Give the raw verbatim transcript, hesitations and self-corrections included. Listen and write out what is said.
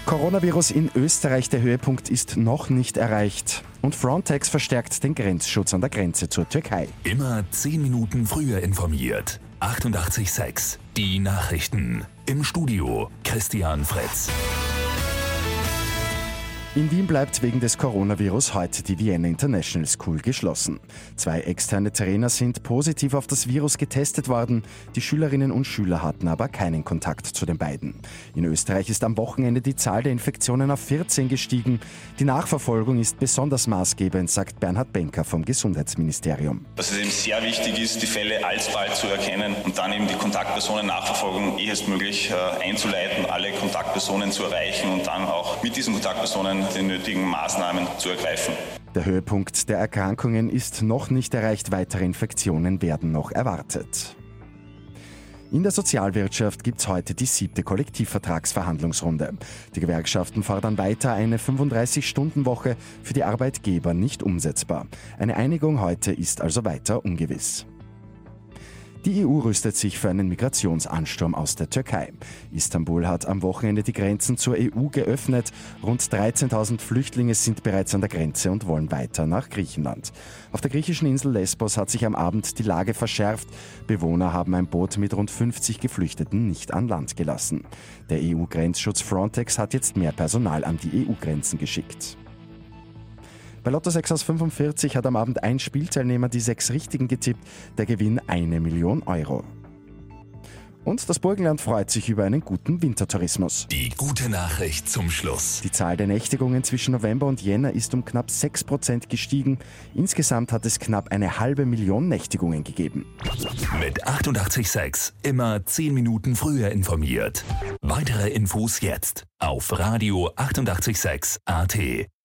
Coronavirus in Österreich, der Höhepunkt ist noch nicht erreicht. Und Frontex verstärkt den Grenzschutz an der Grenze zur Türkei. Immer zehn Minuten früher informiert. achtundachtzig Komma sechs. Die Nachrichten. Im Studio Christian Fritz. In Wien bleibt wegen des Coronavirus heute die Vienna International School geschlossen. Zwei externe Trainer sind positiv auf das Virus getestet worden. Die Schülerinnen und Schüler hatten aber keinen Kontakt zu den beiden. In Österreich ist am Wochenende die Zahl der Infektionen auf vierzehn gestiegen. Die Nachverfolgung ist besonders maßgebend, sagt Bernhard Benker vom Gesundheitsministerium. Dass es eben sehr wichtig ist, die Fälle alsbald zu erkennen und dann eben die Kontaktpersonen-Nachverfolgung ehestmöglich äh, einzuleiten, alle Kontaktpersonen zu erreichen und dann auch mit diesen Kontaktpersonen die nötigen Maßnahmen zu ergreifen. Der Höhepunkt der Erkrankungen ist noch nicht erreicht, weitere Infektionen werden noch erwartet. In der Sozialwirtschaft gibt es heute die siebte Kollektivvertragsverhandlungsrunde. Die Gewerkschaften fordern weiter eine fünfunddreißig-Stunden-Woche für die Arbeitgeber nicht umsetzbar. Eine Einigung heute ist also weiter ungewiss. Die E U rüstet sich für einen Migrationsansturm aus der Türkei. Istanbul hat am Wochenende die Grenzen zur E U geöffnet. Rund dreizehntausend Flüchtlinge sind bereits an der Grenze und wollen weiter nach Griechenland. Auf der griechischen Insel Lesbos hat sich am Abend die Lage verschärft. Bewohner haben ein Boot mit rund fünfzig Geflüchteten nicht an Land gelassen. Der E U-Grenzschutz Frontex hat jetzt mehr Personal an die E U-Grenzen geschickt. Bei Lotto sechs aus fünfundvierzig hat am Abend ein Spielteilnehmer die sechs Richtigen getippt. Der Gewinn eine Million Euro. Und das Burgenland freut sich über einen guten Wintertourismus. Die gute Nachricht zum Schluss. Die Zahl der Nächtigungen zwischen November und Jänner ist um knapp sechs Prozent gestiegen. Insgesamt hat es knapp eine halbe Million Nächtigungen gegeben. Mit achtundachtzig Komma sechs immer zehn Minuten früher informiert. Weitere Infos jetzt auf Radio achtundachtzig Komma sechs A T.